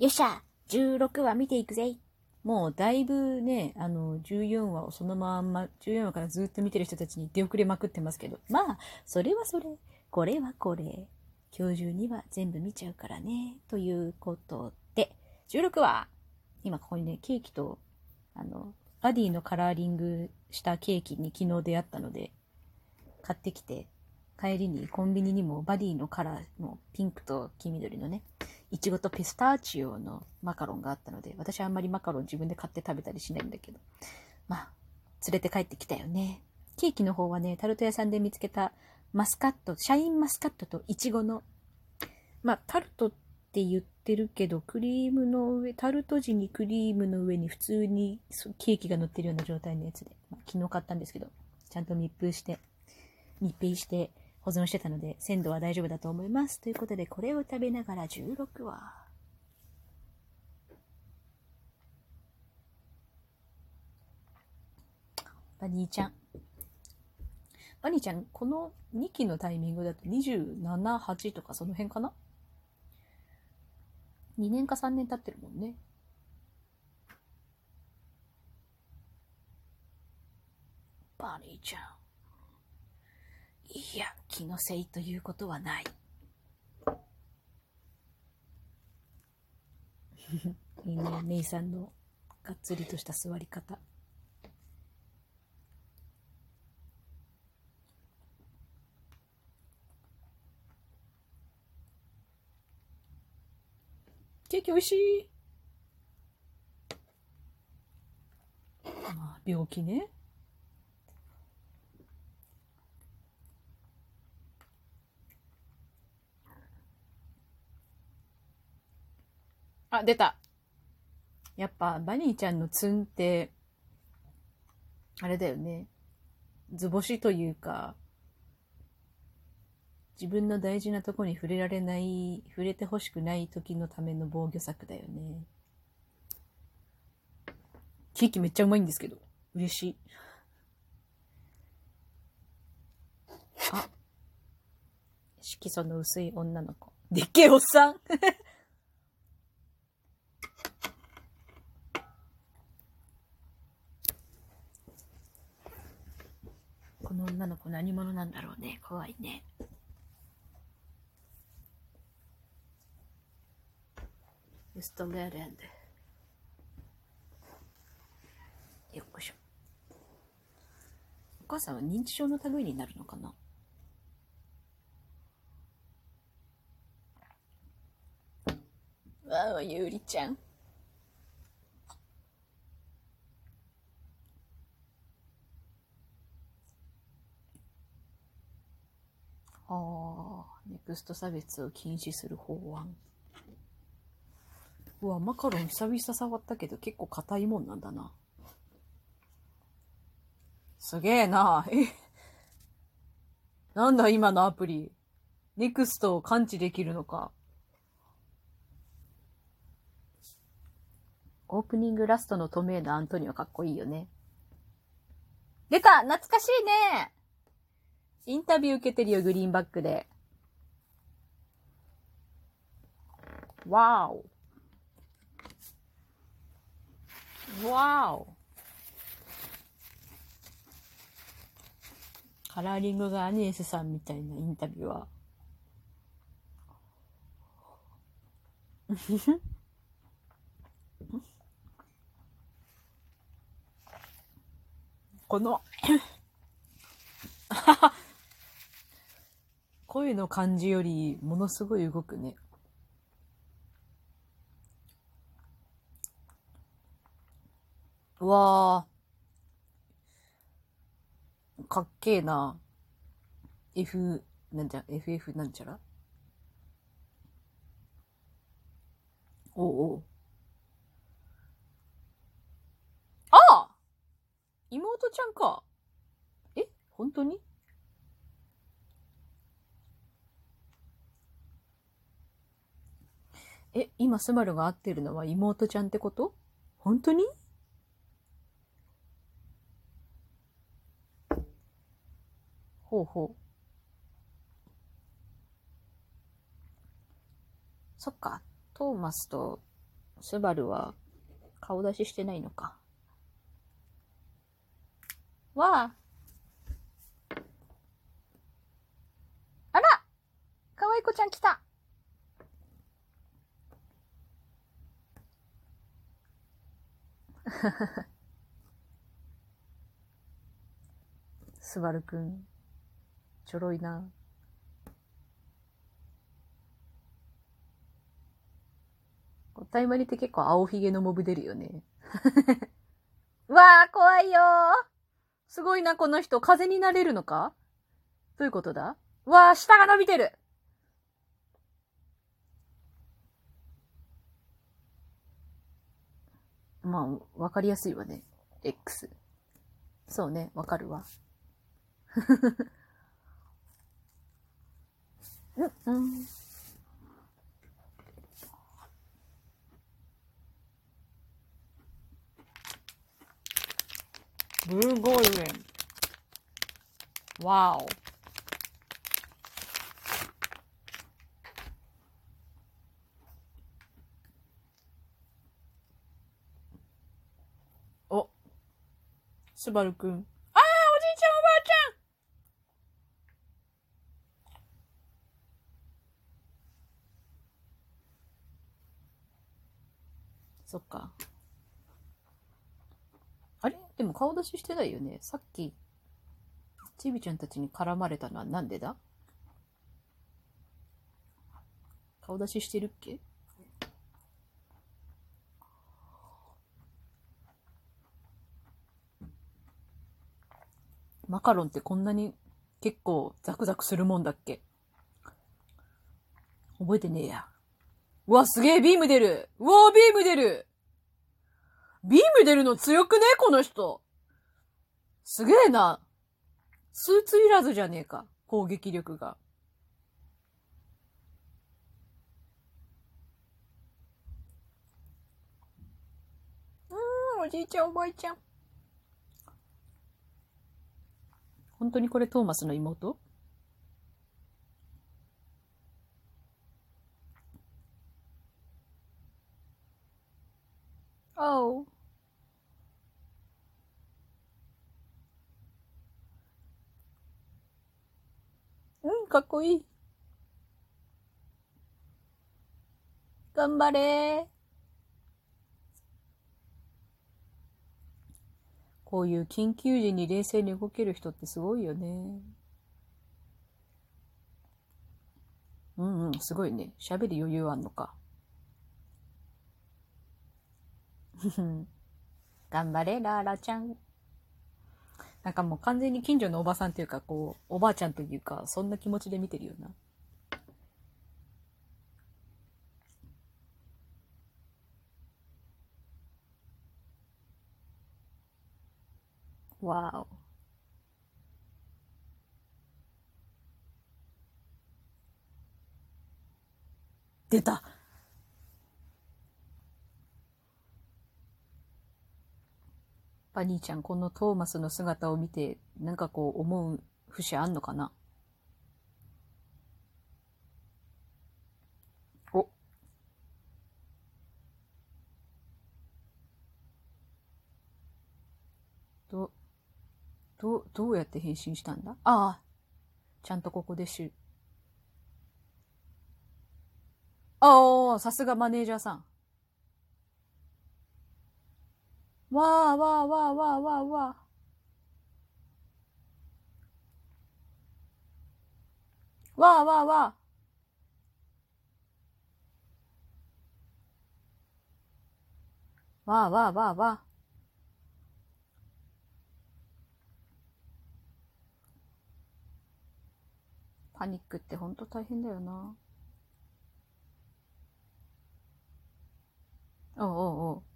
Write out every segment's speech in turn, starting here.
よっしゃ !16 話見ていくぜ。もうだいぶね、14話をそのまんま、14話からずっと見てる人たちに出遅れまくってますけど。まあ、それはそれ。これはこれ。今日中には全部見ちゃうからね。ということで、16話。今ここにね、ケーキと、バディのカラーリングしたケーキに昨日出会ったので、買ってきて、帰りにコンビニにもバディのカラーのピンクと黄緑のね、いちごとピスタチオのマカロンがあったので、私はあんまりマカロン自分で買って食べたりしないんだけど、まあ、連れて帰ってきたよね。ケーキの方はね、タルト屋さんで見つけたマスカット、シャインマスカットといちごの、まあ、タルトって言ってるけど、クリームの上、タルト地にクリームの上に普通にケーキが乗ってるような状態のやつで、まあ、昨日買ったんですけど、ちゃんと密閉して保存してたので、鮮度は大丈夫だと思います。ということで、これを食べながら16話。バニーちゃん。バニーちゃん、この2期のタイミングだと27、8とかその辺かな ?2 年か3年経ってるもんね。バニーちゃん。いや、気のせいということはない。いいね、メイさんのがっつりとした座り方。ケーキ美味しい。まあ、病気ね。あ、出た。やっぱ、バニーちゃんのツンって、あれだよね。図星というか、自分の大事なとこに触れられない、触れてほしくない時のための防御策だよね。ケーキめっちゃうまいんですけど。嬉しい。あ、色素の薄い女の子。でっけえおっさんこの女の子何者なんだろうね。怖いね。ウストレーランド。よっしょ。お母さんは認知症の類になるのかな。わあ、ゆうりちゃん。ネクスト差別を禁止する法案。うわ、マカロン久々触ったけど結構硬いもんなんだな。すげえな。なんだ今のアプリ。ネクストを感知できるのか。オープニングラストのトメーナ・アントニオかっこいいよね。出た懐かしいね。インタビュー受けてるよ、グリーンバックで。わーお。わーお。カラーリングがアニエスさんみたいなインタビューは。この声の感じよりものすごい動くね。うわー、かっけーな。FF なんちゃら。おうおう。ああ、妹ちゃんか。え、本当に？今スマルが会ってるのは妹ちゃんってこと？本当に？ほうほう。そっか。トーマスとスバルは顔出ししてないのか。わあ。あら、かわいこちゃん来た。スバルくん、ちょろいな。タイマリって結構青ひげのモブ出るよね。うわー、怖いよー。すごいな、この人。風になれるのか？どういうことだ？うわー、下が伸びてる。まあ、わかりやすいわね。X。そうね、わかるわ。うん。ブルーゴールデン。わお。お、スバルくん。あー、おじいちゃんおばあちゃん。そっか。あれでも顔出ししてないよね。さっき、ちびちゃんたちに絡まれたのはなんでだ？顔出ししてるっけ？マカロンってこんなに結構ザクザクするもんだっけ？覚えてねえや。うわ、すげえ、ビーム出る。うわ、ビーム出る。ビーム出るの強くねこの人。すげえな。スーツいらずじゃねえか。攻撃力が。おじいちゃんおばあちゃん。本当にこれトーマスの妹？おう。うん、かっこいい。頑張れー。こういう緊急時に冷静に動ける人ってすごいよね。うんうん、すごいね。喋る余裕あんのか。頑張れ、ラーラちゃん。なんかもう完全に近所のおばさんっていうか、こう、おばあちゃんというか、そんな気持ちで見てるよな。わーお。出た。バニーちゃん、このトーマスの姿を見て、なんかこう思う節あんのかな？お、ど、どうやって変身したんだ？ああ、ちゃんとここでああ、さすがマネージャーさん。わーわーわーわーわーわー。わーわーわー。わーわーわーわー。パニックってほんと大変だよな。おうおうおう。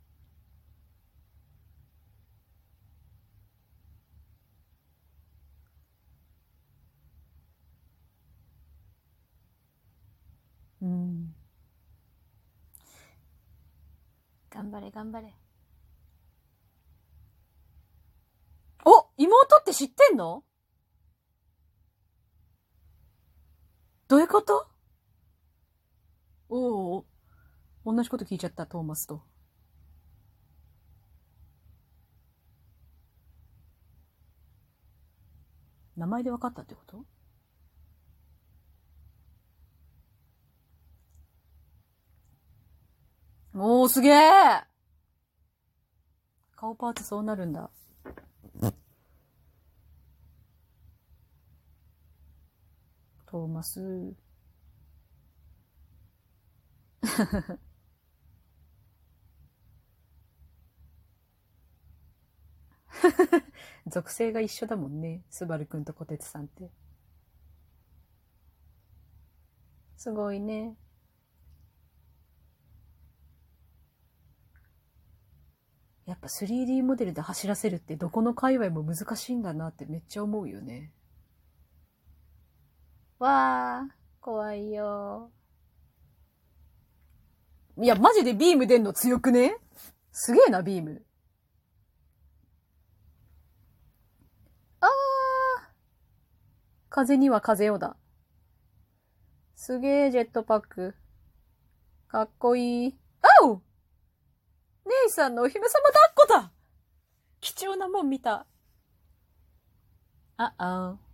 うん。頑張れ頑張れ。お、妹って知ってんの？どういうこと？おうおう。 同じこと聞いちゃった、トーマスと。名前で分かったってこと？おー、すげー！顔パーツそうなるんだ。トーマス。属性が一緒だもんね。スバルくんとコテツさんって。すごいね。やっぱ 3D モデルで走らせるってどこの界隈も難しいんだなってめっちゃ思うよね。わー、怖いよ。いや、マジでビーム出んの強くね？すげえな、ビーム。あー。風には風をだ。すげえ、ジェットパック。かっこいい。あう！姉さんのお姫様抱っこだ！貴重なもん見た。ああ。